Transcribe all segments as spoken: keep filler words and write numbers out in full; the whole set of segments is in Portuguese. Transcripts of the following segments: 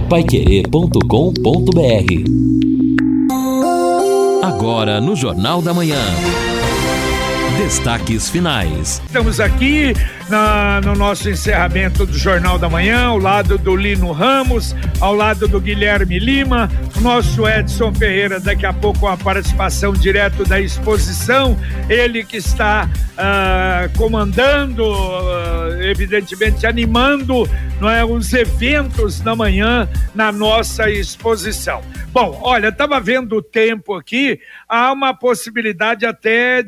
paiquerê ponto com ponto br. Agora no Jornal da Manhã. Destaques finais. Estamos aqui na, no nosso encerramento do Jornal da Manhã, ao lado do Lino Ramos, ao lado do Guilherme Lima, o nosso Edson Ferreira, daqui a pouco com a participação direto da exposição, ele que está uh, comandando, uh, evidentemente animando, não é, os eventos da manhã na nossa exposição. Bom, olha, estava vendo o tempo aqui, há uma possibilidade até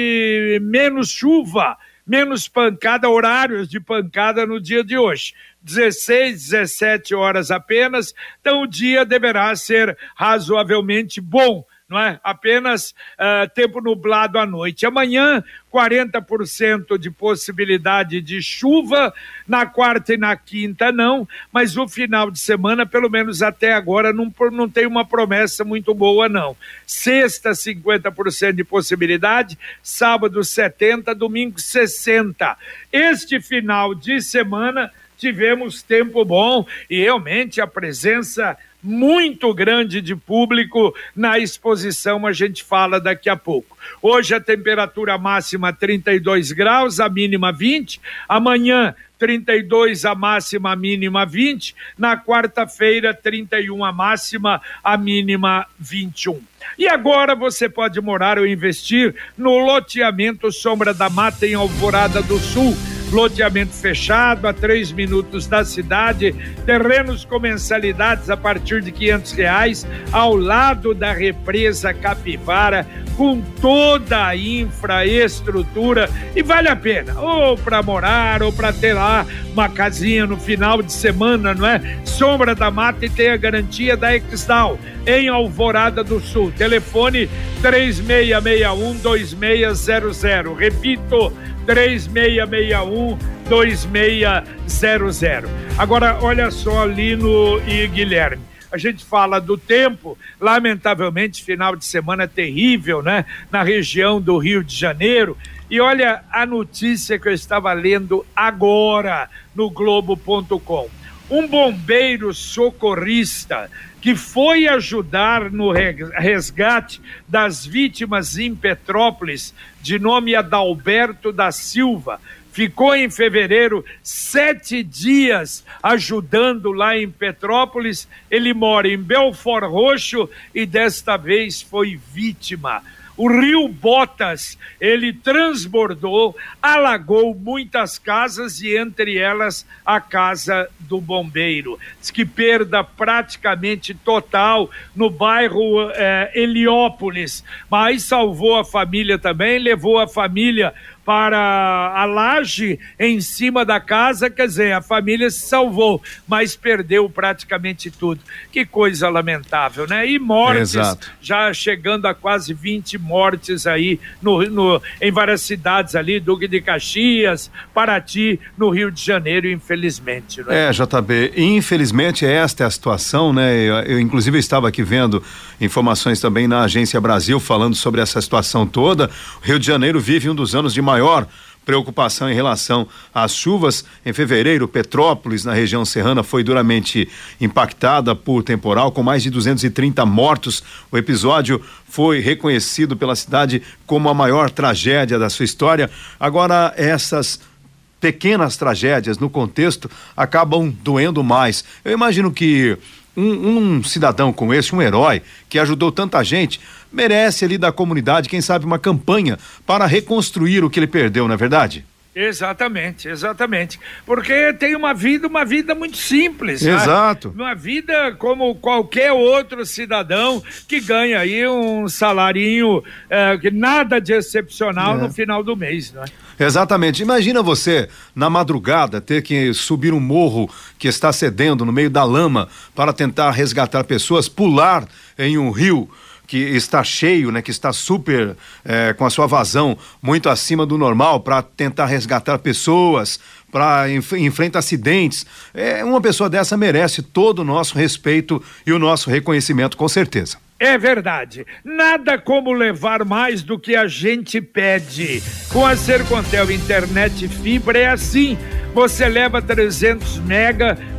de menos chuva, menos pancada, horários de pancada no dia de hoje. dezesseis, dezessete horas apenas, então o dia deverá ser razoavelmente bom, não é? Apenas uh, tempo nublado à noite. Amanhã, quarenta por cento de possibilidade de chuva, na quarta e na quinta não, mas o final de semana, pelo menos até agora, não, não tem uma promessa muito boa não. Sexta, cinquenta por cento de possibilidade, sábado setenta por cento, domingo sessenta por cento. Este final de semana tivemos tempo bom e realmente a presença muito grande de público na exposição, a gente fala daqui a pouco. Hoje a temperatura máxima trinta e dois graus, a mínima vinte, amanhã trinta e dois a máxima, a mínima vinte, na quarta-feira trinta e um a máxima, a mínima vinte e um. E agora você pode morar ou investir no loteamento Sombra da Mata em Alvorada do Sul. Loteamento fechado, a três minutos da cidade, terrenos com mensalidades a partir de quinhentos reais, ao lado da represa Capivara, com toda a infraestrutura, e vale a pena, ou para morar, ou para ter lá uma casinha no final de semana, não é? Sombra da Mata, e tem a garantia da Exdal, em Alvorada do Sul. Telefone três seis seis um, dois seis zero zero, repito, três seis seis um, dois seis zero zero. Agora, olha só, Lino e Guilherme, a gente fala do tempo, lamentavelmente final de semana terrível, né? Na região do Rio de Janeiro, e olha a notícia que eu estava lendo agora no Globo ponto com. Um bombeiro socorrista que foi ajudar no resgate das vítimas em Petrópolis, de nome Adalberto da Silva, ficou em fevereiro sete dias ajudando lá em Petrópolis. Ele mora em Belford Roxo e desta vez foi vítima. O rio Botas, ele transbordou, alagou muitas casas e entre elas a casa do bombeiro. Diz que perda praticamente total no bairro eh, Heliópolis, mas salvou a família também, levou a família para a laje em cima da casa, quer dizer, a família se salvou, mas perdeu praticamente tudo. Que coisa lamentável, né? E mortes, exato, já chegando a quase vinte mortes aí no, no, em várias cidades ali, Duque de Caxias, Paraty, no Rio de Janeiro, infelizmente. Né? É, J B, infelizmente esta é a situação, né? Eu, eu inclusive estava aqui vendo informações também na Agência Brasil falando sobre essa situação toda. O Rio de Janeiro vive um dos anos de maior preocupação em relação às chuvas. Em fevereiro, Petrópolis, na região serrana, foi duramente impactada por temporal, com mais de duzentos e trinta mortos. O episódio foi reconhecido pela cidade como a maior tragédia da sua história. Agora, essas pequenas tragédias, no contexto, acabam doendo mais. Eu imagino que Um, um cidadão como esse, um herói que ajudou tanta gente, merece ali da comunidade, quem sabe uma campanha para reconstruir o que ele perdeu, não é verdade? Exatamente, exatamente, porque tem uma vida, uma vida muito simples, exato, sabe? Uma vida como qualquer outro cidadão que ganha aí um salarinho é, nada de excepcional é. no final do mês, não é? Exatamente, imagina você na madrugada ter que subir um morro que está cedendo no meio da lama para tentar resgatar pessoas, pular em um rio que está cheio, né, que está super é, com a sua vazão muito acima do normal, para tentar resgatar pessoas, para enf enfrentar acidentes. É, uma pessoa dessa merece todo o nosso respeito e o nosso reconhecimento, com certeza. É verdade, nada como levar mais do que a gente pede. Com a Sercontel Internet Fibra é assim, você leva trezentos mega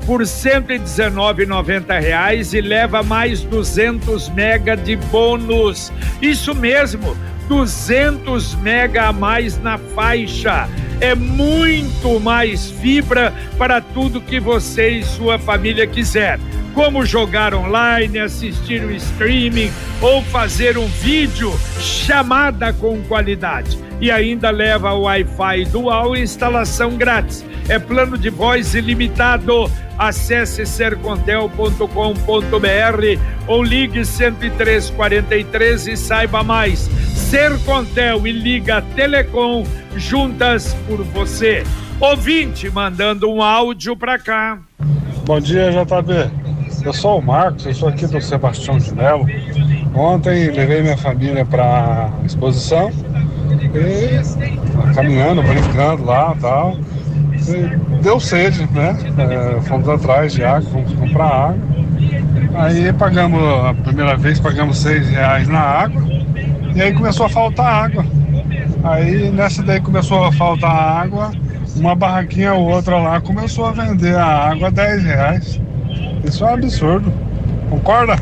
por cento e dezenove reais e noventa centavos e leva mais duzentos mega de bônus. Isso mesmo, duzentos mega a mais na faixa. É muito mais fibra para tudo que você e sua família quiser, como jogar online, assistir o streaming ou fazer um vídeo chamada com qualidade. E ainda leva o Wi-Fi dual e instalação grátis. É plano de voz ilimitado. Acesse sercontel ponto com ponto br ou ligue cento e três, quarenta e três e saiba mais. Sercontel e Liga Telecom, juntas por você. Ouvinte mandando um áudio para cá. Bom dia, J B. Eu sou o Marcos, eu sou aqui do Sebastião de Melo. Ontem levei minha família para a exposição e caminhando, brincando lá e tal. E deu sede, né? É, fomos atrás de água, fomos comprar água. Aí pagamos, a primeira vez pagamos seis reais na água. E aí começou a faltar água. Aí nessa daí começou a faltar água, uma barraquinha ou outra lá começou a vender a água a dez reais. Isso é um absurdo. Concorda?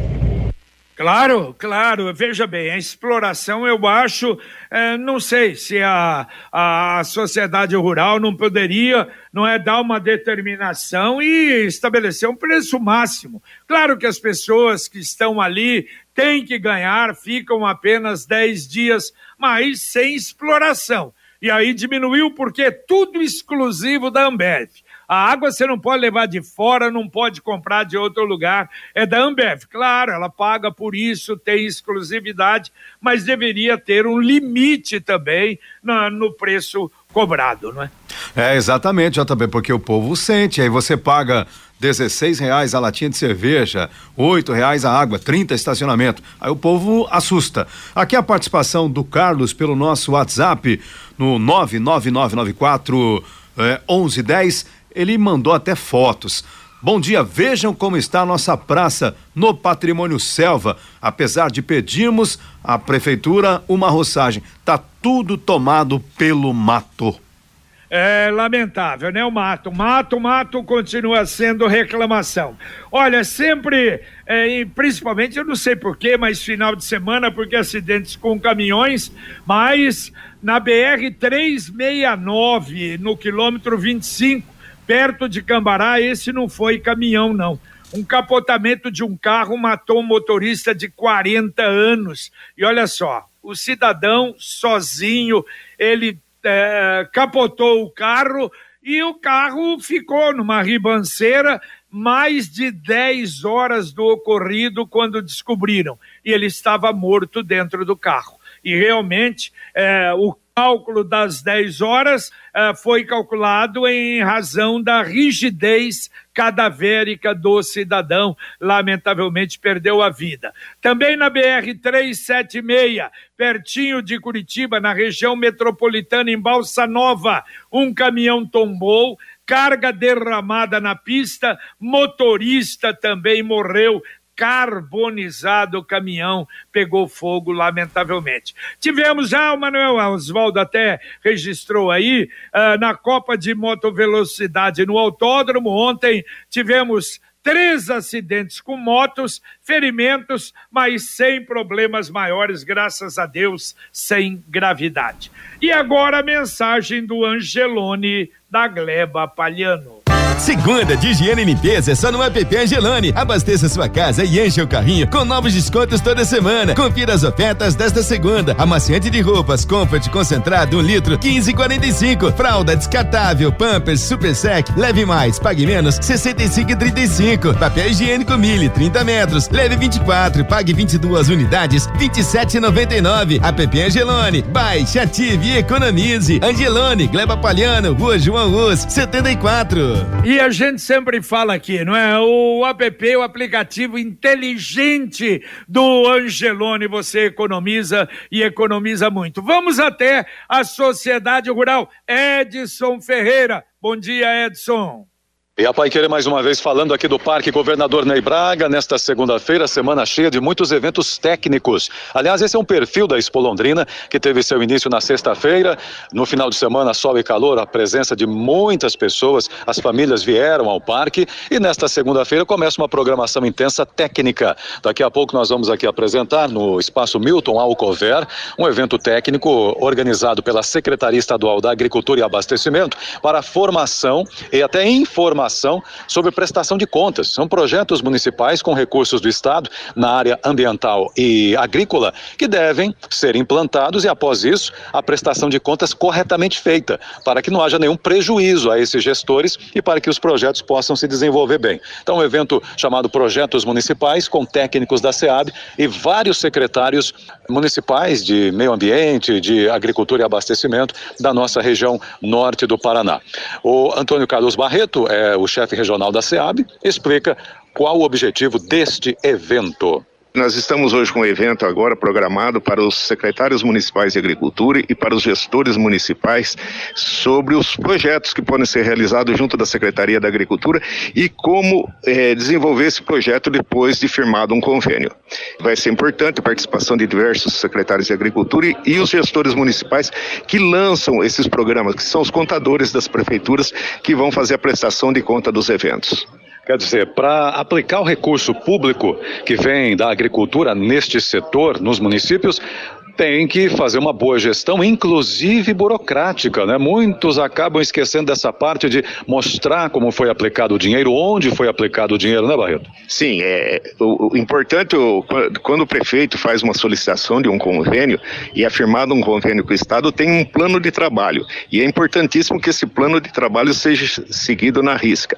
Claro, claro. Veja bem, a exploração, eu acho, é, não sei se a, a sociedade rural não poderia, não é, dar uma determinação e estabelecer um preço máximo. Claro que as pessoas que estão ali têm que ganhar, ficam apenas dez dias, mas sem exploração. E aí diminuiu porque é tudo exclusivo da Ambev. A água você não pode levar de fora, não pode comprar de outro lugar, é da Ambev. Claro, ela paga por isso, tem exclusividade, mas deveria ter um limite também no, no preço cobrado, não é? É, exatamente, J B, porque o povo sente, aí você paga dezesseis reais a latinha de cerveja, oito reais a água, trinta estacionamento, aí o povo assusta. Aqui a participação do Carlos pelo nosso WhatsApp, no nove nove nove nove quatro onze dez, ele mandou até fotos. Bom dia, vejam como está a nossa praça no Patrimônio Selva. Apesar de pedirmos à prefeitura uma roçagem, tá tudo tomado pelo mato. É lamentável, né? O mato, mato, mato continua sendo reclamação. Olha, sempre, é, principalmente, eu não sei porquê, mas final de semana, porque acidentes com caminhões, mas na B R trezentos e sessenta e nove, no quilômetro vinte e cinco, perto de Cambará, esse não foi caminhão, não. Um capotamento de um carro matou um motorista de quarenta anos. E olha só, o cidadão sozinho, ele é, capotou o carro e o carro ficou numa ribanceira mais de dez horas do ocorrido quando descobriram. E ele estava morto dentro do carro. E realmente, é, o cálculo das dez horas uh, foi calculado em razão da rigidez cadavérica do cidadão, lamentavelmente perdeu a vida. Também na B R trezentos e setenta e seis, pertinho de Curitiba, na região metropolitana, em Balsa Nova, um caminhão tombou, carga derramada na pista, motorista também morreu, carbonizado, o caminhão pegou fogo, lamentavelmente. Tivemos já, o Manuel Osvaldo até registrou aí, uh, na Copa de Motovelocidade no Autódromo, ontem tivemos três acidentes com motos, ferimentos, mas sem problemas maiores, graças a Deus, sem gravidade. E agora a mensagem do Angelone, da Gleba Palhano. Segunda de higiene e limpeza é só no app Angelone. Abasteça sua casa e encha o carrinho com novos descontos toda semana. Confira as ofertas desta segunda. Amaciante de roupas Comfort concentrado um litro, quinze e quarenta e cinco. Fralda descartável Pampers Super Sec, leve mais, pague menos, sessenta e cinco e trinta e cinco. Papel higiênico Mille, trinta metros, leve vinte e quatro, pague vinte e duas unidades, vinte e sete e noventa e nove. App Angelone, baixe, ative e economize. Angelone, Gleba Palhano, Rua João Luz, setenta e quatro. E a gente sempre fala aqui, não é? O app, o aplicativo inteligente do Angelone, você economiza e economiza muito. Vamos até a Sociedade Rural. Edson Ferreira. Bom dia, Edson. E a Paiquerê mais uma vez falando aqui do Parque Governador Ney Braga, nesta segunda-feira, semana cheia de muitos eventos técnicos. Aliás, esse é um perfil da Expo Londrina, que teve seu início na sexta-feira. No final de semana, sol e calor, a presença de muitas pessoas, as famílias vieram ao parque. E nesta segunda-feira começa uma programação intensa técnica. Daqui a pouco nós vamos aqui apresentar no Espaço Milton Alcover, um evento técnico organizado pela Secretaria Estadual da Agricultura e Abastecimento para formação e até informação sobre prestação de contas. São projetos municipais com recursos do Estado na área ambiental e agrícola que devem ser implantados e, após isso, a prestação de contas corretamente feita, para que não haja nenhum prejuízo a esses gestores e para que os projetos possam se desenvolver bem. Então, um evento chamado Projetos Municipais, com técnicos da SEAB e vários secretários municipais de meio ambiente, de agricultura e abastecimento da nossa região norte do Paraná. O Antônio Carlos Barreto é o chefe regional da SEAB, explica qual o objetivo deste evento. Nós estamos hoje com um evento agora programado para os secretários municipais de agricultura e para os gestores municipais sobre os projetos que podem ser realizados junto da Secretaria da Agricultura e como eh, desenvolver esse projeto depois de firmado um convênio. Vai ser importante a participação de diversos secretários de agricultura e, e os gestores municipais que lançam esses programas, que são os contadores das prefeituras que vão fazer a prestação de conta dos eventos. Quer dizer, para aplicar o recurso público que vem da agricultura neste setor, nos municípios, tem que fazer uma boa gestão, inclusive burocrática, né? Muitos acabam esquecendo dessa parte de mostrar como foi aplicado o dinheiro, onde foi aplicado o dinheiro, né, Barreto? Sim, é, o, o importante, o, quando o prefeito faz uma solicitação de um convênio e é firmado um convênio com o Estado, tem um plano de trabalho, e é importantíssimo que esse plano de trabalho seja seguido na risca.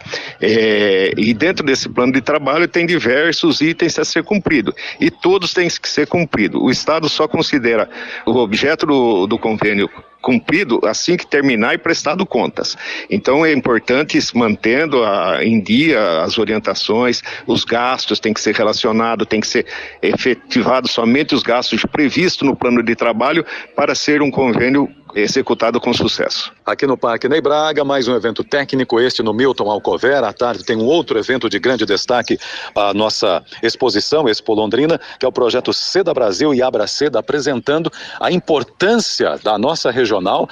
É, e dentro desse plano de trabalho tem diversos itens a ser cumprido, e todos têm que ser cumpridos. O Estado só considera o objeto do, do convênio cumprido assim que terminar e prestado contas. Então é importante mantendo a, em dia as orientações, os gastos têm que ser relacionados, tem que ser efetivado somente os gastos previstos no plano de trabalho para ser um convênio executado com sucesso. Aqui no Parque Ney Braga, mais um evento técnico, este no Milton Alcover. À tarde tem um outro evento de grande destaque, a nossa exposição Expo Londrina, que é o projeto Seda Brasil e Abra Seda, apresentando a importância da nossa regional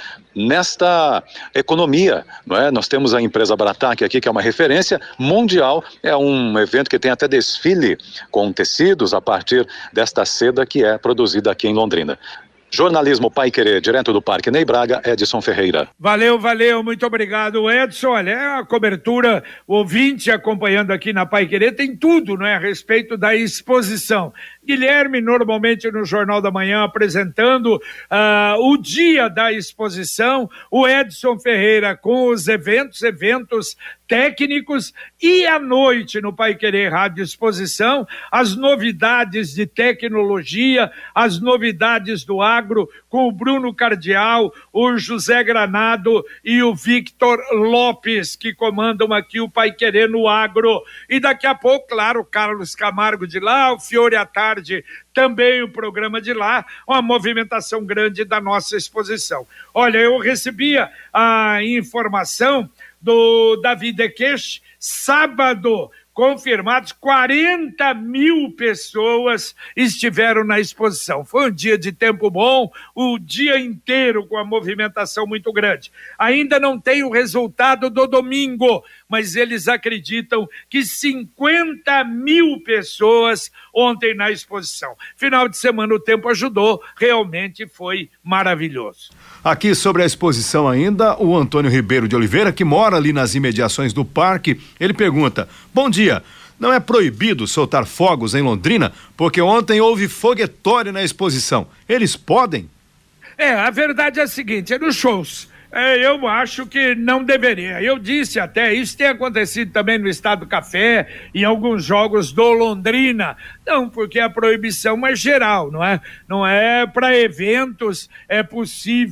nesta economia, não é? Nós temos a empresa Brataque aqui, que é uma referência mundial, é um evento que tem até desfile com tecidos a partir desta seda que é produzida aqui em Londrina. Jornalismo Paiquerê, direto do Parque Ney Braga, Edson Ferreira. Valeu, valeu, muito obrigado, Edson. Olha, é a cobertura, o ouvinte acompanhando aqui na Paiquerê tem tudo, não é, a respeito da exposição. Guilherme, normalmente no Jornal da Manhã, apresentando uh, o dia da exposição, o Edson Ferreira com os eventos, eventos técnicos, e à noite no Paiquerê Rádio Exposição, as novidades de tecnologia, as novidades do agro, com o Bruno Cardial, o José Granado e o Victor Lopes, que comandam aqui o Paiquerê no agro. E daqui a pouco, claro, o Carlos Camargo de lá, o Fiore à tarde, também o programa de lá, uma movimentação grande da nossa exposição. Olha, eu recebia a informação do Davi Dequeche, sábado, confirmados, quarenta mil pessoas estiveram na exposição. Foi um dia de tempo bom, o dia inteiro com a movimentação muito grande. Ainda não tem o resultado do domingo, mas eles acreditam que cinquenta mil pessoas ontem na exposição. Final de semana o tempo ajudou, realmente foi maravilhoso. Aqui sobre a exposição ainda, o Antônio Ribeiro de Oliveira, que mora ali nas imediações do parque, ele pergunta: bom dia, não é proibido soltar fogos em Londrina? Porque ontem houve foguetório na exposição. Eles podem? É, a verdade é a seguinte, é nos shows. É, eu acho que não deveria. Eu disse até, isso tem acontecido também no Estado do Café, em alguns jogos do Londrina. Não, porque a proibição é geral, não é? Não é para eventos, é possível.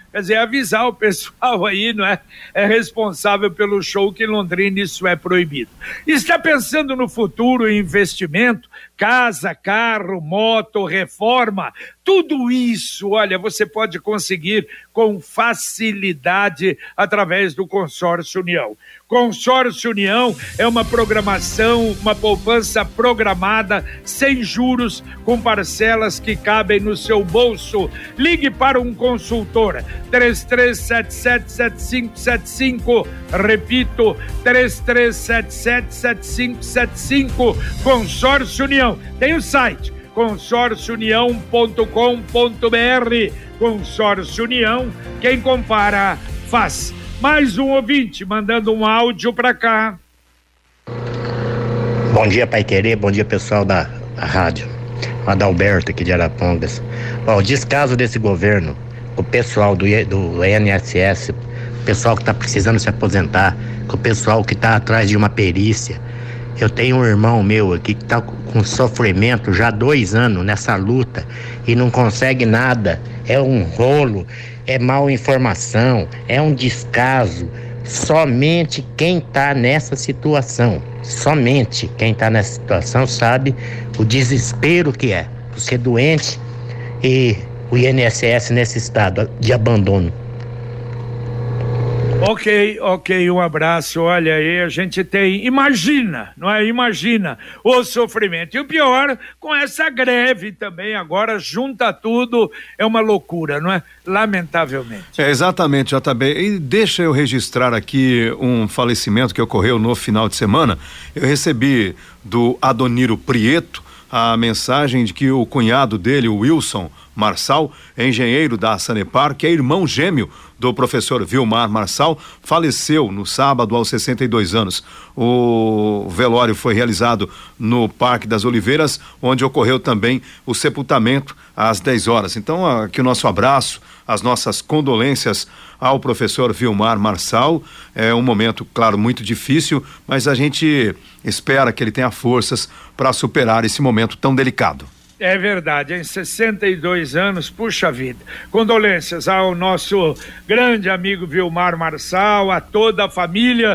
Quer dizer, avisar o pessoal aí, não é? É responsável pelo show que em Londrina isso é proibido. Está pensando no futuro, em investimento, casa, carro, moto, reforma, tudo isso, olha, você pode conseguir com facilidade através do Consórcio União. Consórcio União é uma programação, uma poupança programada, sem juros, com parcelas que cabem no seu bolso. Ligue para um consultor, três três sete sete, sete cinco sete cinco, repito, três três sete sete, sete cinco sete cinco, Consórcio União. Tem o site, consórcio união ponto com ponto br. Consórcio União, quem compara, faz. Mais um ouvinte mandando um áudio para cá. Bom dia, Pai Querer, bom dia, pessoal da, da rádio. Adalberto aqui de Arapongas. Bom, o descaso desse governo, o pessoal do, do I N S S, o pessoal que está precisando se aposentar, o pessoal que está atrás de uma perícia. Eu tenho um irmão meu aqui que está com sofrimento já há dois anos nessa luta e não consegue nada. É um rolo, é mal informação, é um descaso. Somente quem está nessa situação, somente quem está nessa situação sabe o desespero que é ser doente e o I N S S nesse estado de abandono. Ok, ok, um abraço. Olha aí, a gente tem, imagina, não é? Imagina o sofrimento. E o pior, com essa greve também, agora junta tudo, é uma loucura, não é? Lamentavelmente. É, exatamente, J B. E deixa eu registrar aqui um falecimento que ocorreu no final de semana. Eu recebi do Adoniro Prieto a mensagem de que o cunhado dele, o Wilson Marçal, é engenheiro da Sanepar, que é irmão gêmeo do professor Vilmar Marçal, faleceu no sábado aos sessenta e dois anos. O velório foi realizado no Parque das Oliveiras, onde ocorreu também o sepultamento às dez horas. Então, aqui o nosso abraço, as nossas condolências ao professor Vilmar Marçal. É um momento, claro, muito difícil, mas a gente espera que ele tenha forças para superar esse momento tão delicado. É verdade, em sessenta e dois anos, puxa vida. Condolências ao nosso grande amigo Vilmar Marçal, a toda a família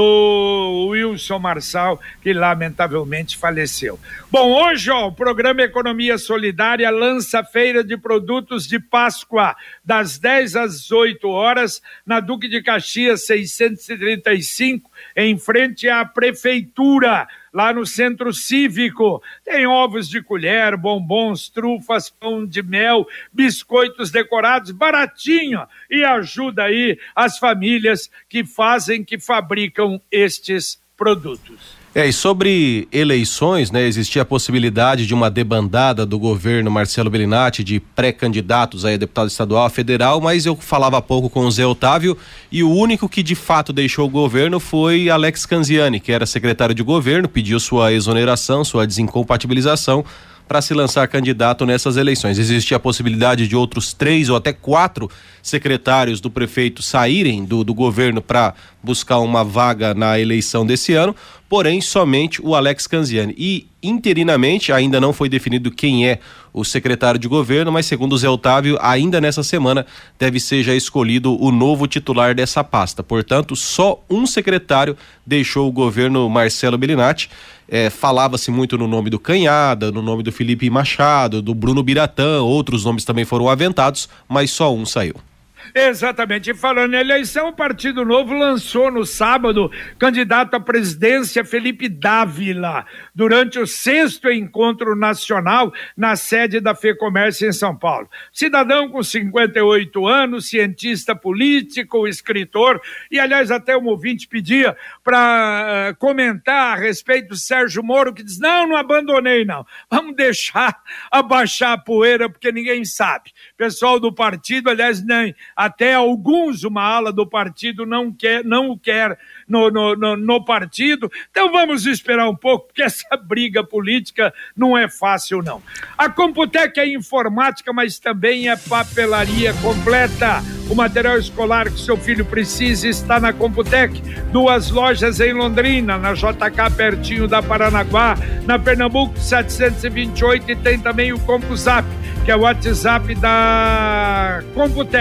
do Wilson Marçal, que lamentavelmente faleceu. Bom, hoje, ó, o programa Economia Solidária lança a feira de produtos de Páscoa, das dez às oito horas, na Duque de Caxias seiscentos e trinta e cinco, em frente à Prefeitura, lá no Centro Cívico. Tem ovos de colher, bombons, trufas, pão de mel, biscoitos decorados, baratinho, e ajuda aí as famílias que fazem, que fabricam estes produtos. É, e sobre eleições, né, existia a possibilidade de uma debandada do governo Marcelo Bellinati de pré-candidatos aí a deputado estadual, a federal, mas eu falava há pouco com o Zé Otávio e o único que de fato deixou o governo foi Alex Canziani, que era secretário de governo, pediu sua exoneração, sua desincompatibilização para se lançar candidato nessas eleições. Existia a possibilidade de outros três ou até quatro secretários do prefeito saírem do, do governo para buscar uma vaga na eleição desse ano, porém somente o Alex Canziani. E interinamente ainda não foi definido quem é o secretário de governo, mas segundo o Zé Otávio, ainda nessa semana deve ser já escolhido o novo titular dessa pasta. Portanto, só um secretário deixou o governo Marcelo Bellinati. É, falava-se muito no nome do Canhada, no nome do Felipe Machado, do Bruno Biratã, outros nomes também foram aventados, mas só um saiu. Exatamente, e falando em eleição, o Partido Novo lançou no sábado candidato à presidência Felipe Dávila, durante o sexto encontro nacional na sede da FEComércio em São Paulo. Cidadão com cinquenta e oito anos, cientista político, escritor, e aliás até um ouvinte pedia para uh, comentar a respeito do Sérgio Moro, que diz, não, não abandonei não, vamos deixar abaixar a poeira porque ninguém sabe. Pessoal do partido, aliás, nem até alguns, uma ala do partido não quer, não o quer no, no, no, no partido. Então vamos esperar um pouco, porque essa briga política não é fácil, não. A Computec é informática, mas também é papelaria completa. O material escolar que seu filho precisa está na Computec. Duas lojas em Londrina, na J K, pertinho da Paranaguá, na Pernambuco setecentos e vinte e oito, e tem também o CompuZap, que é o WhatsApp da Computec.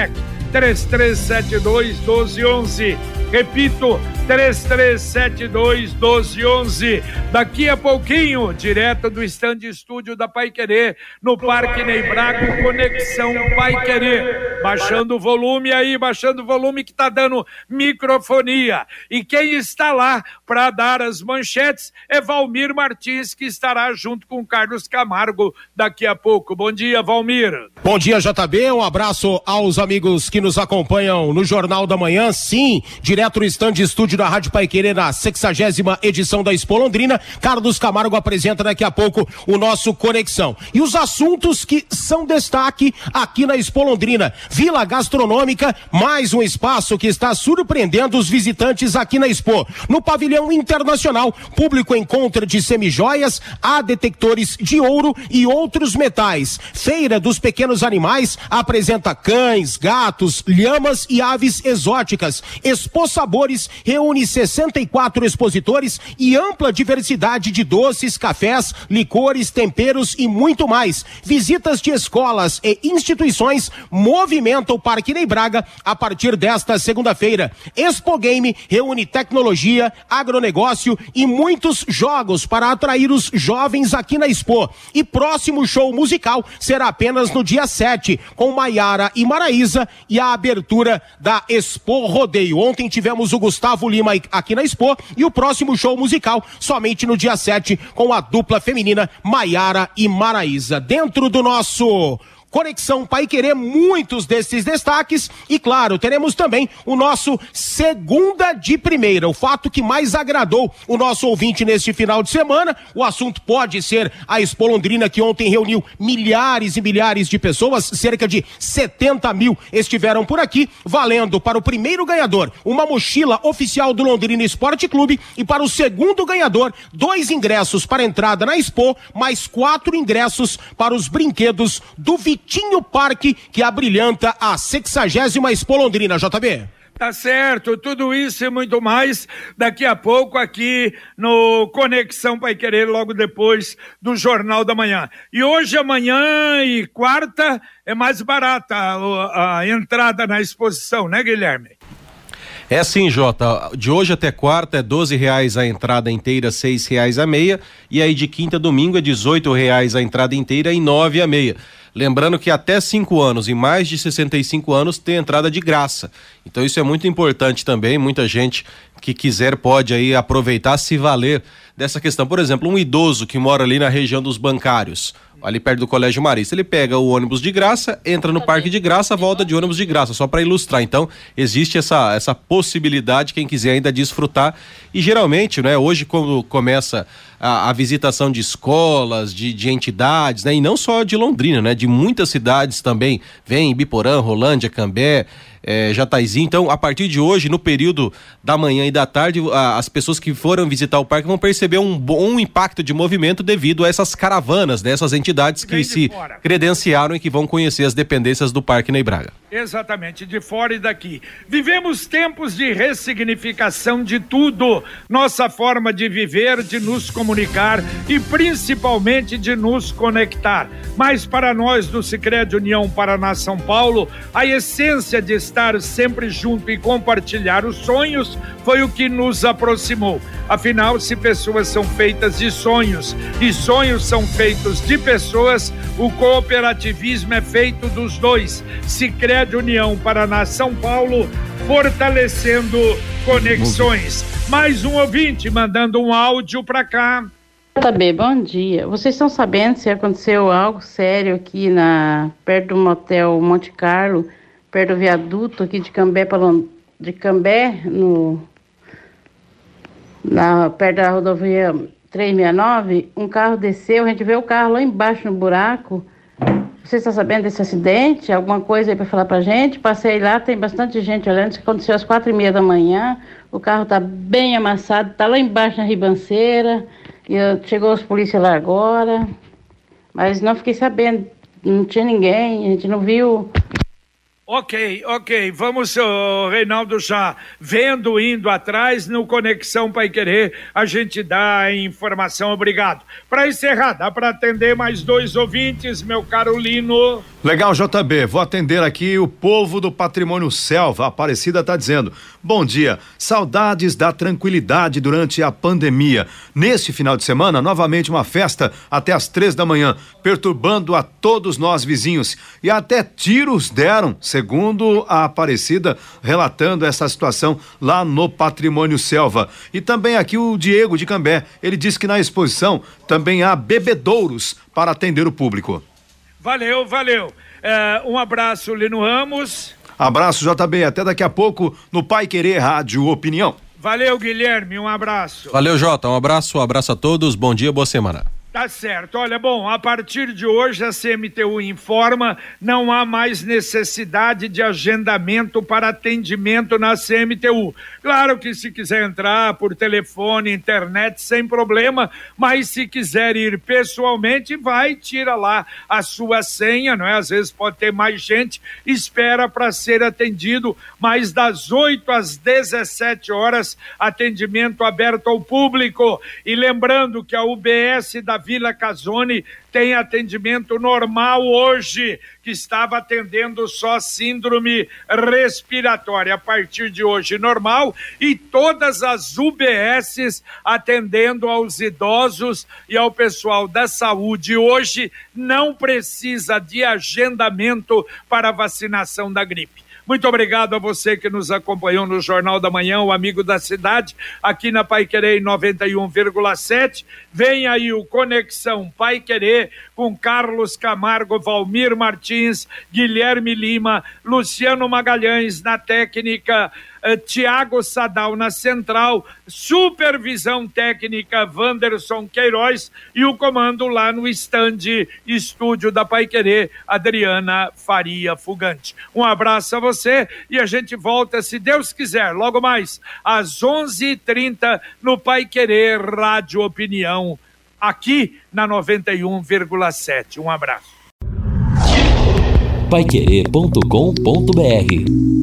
três três sete dois, um dois um um. Repito, três três sete dois, um dois um um. Daqui a pouquinho, direto do stand estúdio da Paiquerê, no Parque Ney Braga, Conexão Paiquerê. Baixando o volume aí, baixando o volume que tá dando microfonia. E quem está lá para dar as manchetes é Valmir Martins, que estará junto com Carlos Camargo daqui a pouco. Bom dia, Valmir. Bom dia, J B. Um abraço aos amigos que nos acompanham no Jornal da Manhã. Sim, direto no stand estúdio da Rádio Paiquerê, na sexagésima edição da Expo Londrina. Carlos Camargo apresenta daqui a pouco o nosso Conexão. E os assuntos que são destaque aqui na Expo Londrina. Vila Gastronômica, mais um espaço que está surpreendendo os visitantes aqui na Expo. No pavilhão internacional, público encontra de semijoias, há detectores de ouro e outros metais. Feira dos Pequenos Animais apresenta cães, gatos, lhamas e aves exóticas. Expo Sabores reúne sessenta e quatro expositores e ampla diversidade de doces, cafés, licores, temperos e muito mais. Visitas de escolas e instituições movimentam o Parque Ney Braga a partir desta segunda-feira. Expo Game reúne tecnologia, agronegócio e muitos jogos para atrair os jovens aqui na Expo. E próximo show musical será apenas no dia sete, com Maiara e Maraísa e a abertura da Expo Rodeio. Ontem tivemos o Gustavo Lima aqui na Expo e o próximo show musical somente no dia sete, com a dupla feminina Maiara e Maraísa. Dentro do nosso Conexão Paiquerê, muitos desses destaques e, claro, teremos também o nosso Segunda de Primeira, o fato que mais agradou o nosso ouvinte neste final de semana. O assunto pode ser a Expo Londrina, que ontem reuniu milhares e milhares de pessoas, cerca de setenta mil estiveram por aqui, valendo para o primeiro ganhador uma mochila oficial do Londrina Esporte Clube e para o segundo ganhador, dois ingressos para entrada na Expo, mais quatro ingressos para os brinquedos do Vitinho Parque, que abrilhanta a sexagésima Expo Londrina. J B. Tá certo, tudo isso e muito mais daqui a pouco aqui no Conexão Paiquerê, logo depois do Jornal da Manhã. E hoje, amanhã e quarta é mais barata a, a entrada na exposição, né, Guilherme? É sim, Jota. De hoje até quarta é doze reais a entrada inteira, seis reais a meia. E aí de quinta a domingo é dezoito reais a entrada inteira e nove a meia. Lembrando que até cinco anos e mais de sessenta e cinco anos tem entrada de graça. Então isso é muito importante também. Muita gente que quiser pode aí aproveitar, se valer dessa questão. Por exemplo, um idoso que mora ali na região dos bancários, ali perto do Colégio Marista, ele pega o ônibus de graça, entra no parque de graça, volta de ônibus de graça, só para ilustrar. Então, existe essa, essa possibilidade, quem quiser ainda desfrutar. E geralmente, né, hoje quando começa a, a visitação de escolas, de, de entidades, né, e não só de Londrina, né, de muitas cidades também, vem Biporã, Rolândia, Cambé, É, Jataizinho. Então, a partir de hoje, no período da manhã e da tarde, a, as pessoas que foram visitar o parque vão perceber um bom impacto de movimento devido a essas caravanas, dessas né, entidades que se fora. credenciaram e que vão conhecer as dependências do Parque Ney Braga. Exatamente, de fora e daqui. Vivemos tempos de ressignificação de tudo, nossa forma de viver, de nos comunicar e principalmente de nos conectar. Mas para nós do Sicredi União Paraná São Paulo, a essência de estar sempre junto e compartilhar os sonhos foi o que nos aproximou. Afinal, se pessoas são feitas de sonhos e sonhos são feitos de pessoas, o cooperativismo é feito dos dois. Sicredi União Paraná São Paulo, fortalecendo conexões. Mais um ouvinte mandando um áudio para cá. Tá bem, bom dia. Vocês estão sabendo se aconteceu algo sério aqui na perto do motel Monte Carlo, perto do viaduto aqui de Cambé, de Cambé, no, na, perto da rodovia trezentos e sessenta e nove, um carro desceu, a gente vê o carro lá embaixo no buraco. Vocês estão sabendo desse acidente? Alguma coisa aí para falar pra gente? Passei lá, tem bastante gente olhando, isso aconteceu às quatro e meia da manhã, o carro tá bem amassado, tá lá embaixo na ribanceira, e eu, chegou os polícias lá agora, mas não fiquei sabendo, não tinha ninguém, a gente não viu. Ok, ok, vamos, uh, Reinaldo, já vendo, indo atrás, no Conexão Paiquerê, a gente dá a informação, obrigado. Para encerrar, dá para atender mais dois ouvintes, meu caro Lino? Legal, J B, vou atender aqui o povo do Patrimônio Selva, a Aparecida tá dizendo, bom dia, saudades da tranquilidade durante a pandemia. Neste final de semana, novamente uma festa até às três da manhã, perturbando a todos nós vizinhos, e até tiros deram, segundo a Aparecida, relatando essa situação lá no Patrimônio Selva. E também aqui o Diego de Cambé, ele diz que na exposição também há bebedouros para atender o público. Valeu, valeu. É, um abraço, Lino Ramos. Abraço, J B, até daqui a pouco no Paiquerê Rádio Opinião. Valeu, Guilherme, um abraço. Valeu, Jota, um abraço, um abraço a todos, bom dia, boa semana. Tá certo. Olha, bom, a partir de hoje a C M T U informa, não há mais necessidade de agendamento para atendimento na C M T U. Claro que se quiser entrar por telefone, internet, sem problema, mas se quiser ir pessoalmente, vai, tira lá a sua senha, não é? Às vezes pode ter mais gente, espera para ser atendido, mas das oito às dezessete horas, atendimento aberto ao público. E lembrando que a U B S da Vila Casone tem atendimento normal hoje, que estava atendendo só síndrome respiratória. A partir de hoje, normal, e todas as U B Ss atendendo aos idosos e ao pessoal da saúde. Hoje não precisa de agendamento para vacinação da gripe. Muito obrigado a você que nos acompanhou no Jornal da Manhã, o Amigo da Cidade, aqui na Paiquerê noventa e um vírgula sete. Vem aí o Conexão Paiquerê com Carlos Camargo, Valmir Martins, Guilherme Lima, Luciano Magalhães na técnica, Uh, Tiago Sadal na central, supervisão técnica Wanderson Queiroz e o comando lá no estande estúdio da Paiquerê, Adriana Faria Fugante. Um abraço a você e a gente volta, se Deus quiser, logo mais às onze e trinta no Paiquerê Rádio Opinião, aqui na noventa e um vírgula sete. Um abraço. paiquerê ponto com ponto br